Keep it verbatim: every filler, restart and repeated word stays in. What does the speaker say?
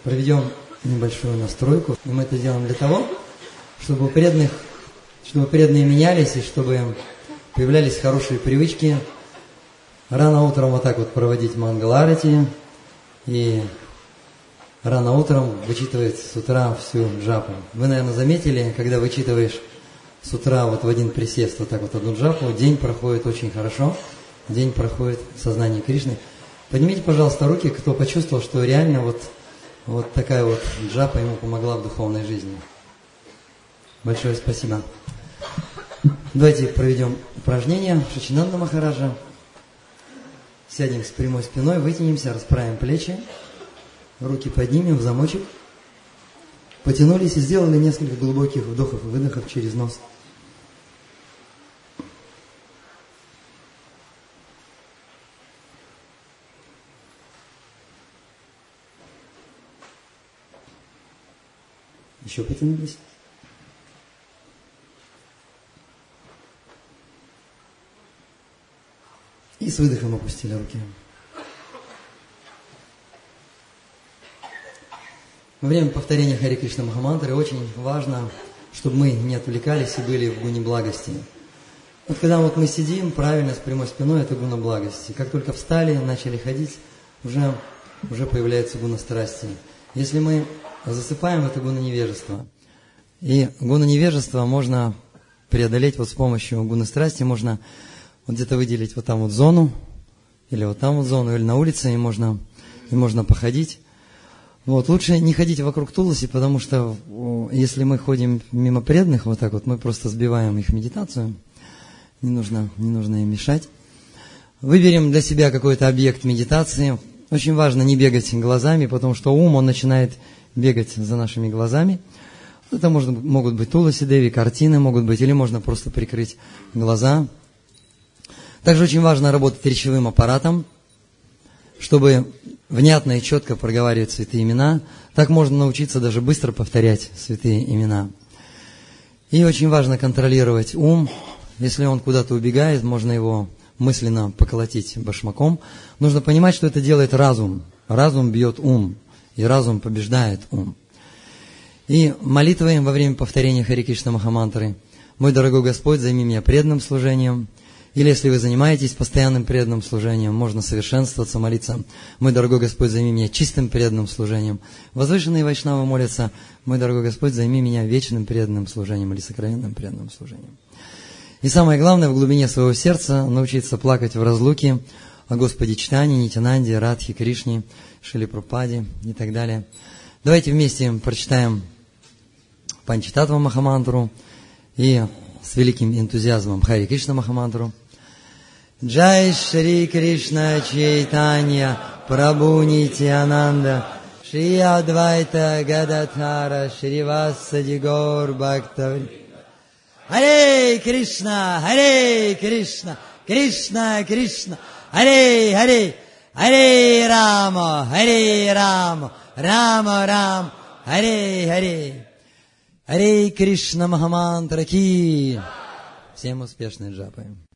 проведем небольшую настройку. И мы это делаем для того, чтобы у преданных, чтобы преданные менялись и чтобы появлялись хорошие привычки. Рано утром вот так вот проводить мангаларати и рано утром вычитывать с утра всю джапу. Вы, наверное, заметили, когда вычитываешь с утра вот в один присест вот так вот одну джапу, день проходит очень хорошо, день проходит в сознании Кришны. Поднимите, пожалуйста, руки, кто почувствовал, что реально вот, вот такая вот джапа ему помогла в духовной жизни. Большое спасибо. Давайте проведем упражнение Шачинанда Махараджа. Сядем с прямой спиной, вытянемся, расправим плечи, руки поднимем в замочек. Потянулись и сделали несколько глубоких вдохов и выдохов через нос. Еще потянулись. И с выдохом опустили руки. Во время повторения Харе Кришна Махамантры очень важно, чтобы мы не отвлекались и были в гуне благости. Вот когда вот мы сидим правильно, с прямой спиной, это гуна благости. Как только встали, начали ходить, уже, уже появляется гуна страсти. Если мы засыпаем, это гуна невежества. И гуна невежества можно преодолеть вот с помощью гуны страсти. Можно вот где-то выделить вот там вот зону, или вот там вот зону, или на улице, и можно, и можно походить. Вот, лучше не ходить вокруг Туласи, потому что если мы ходим мимо преданных вот так вот, мы просто сбиваем их медитацию. Не нужно, не нужно им мешать. Выберем для себя какой-то объект медитации. Очень важно не бегать глазами, потому что ум, он начинает бегать за нашими глазами. Это можно, могут быть Туласи Деви, картины могут быть, или можно просто прикрыть глаза. Также очень важно работать речевым аппаратом, чтобы внятно и четко проговаривать святые имена. Так можно научиться даже быстро повторять святые имена. И очень важно контролировать ум. Если он куда-то убегает, можно его мысленно поколотить башмаком. Нужно понимать, что это делает разум. Разум бьет ум, и разум побеждает ум. И молитвы во время повторения Харе Кришна Махамантры: «Мой дорогой Господь, займи меня преданным служением». Или если вы занимаетесь постоянным преданным служением, можно совершенствоваться, молиться: «Мой дорогой Господь, займи меня чистым преданным служением». Возвышенные вайшнавы молятся: «Мой дорогой Господь, займи меня вечным преданным служением» или сокровенным преданным служением. И самое главное, в глубине своего сердца научиться плакать в разлуке о Господе Чайтанье, Нитянанде, Радхе, Кришне, Шриле Прабхупаде и так далее. Давайте вместе прочитаем Панчататтва Махамантру и с великим энтузиазмом Харе Кришна Махамантру. Джай Шри Кришна Чайтанья Прабху Нитянанда Шри Адвайта Гададхара Шри Васади Гаур Бхактаври. Харе Кришна, Харе Кришна, Кришна Кришна, Харе Харе, Харе Рама, Харе Рама, Рама Рама, Харе Харе. Харе Кришна Махамантра ки. Всем успешной джапы.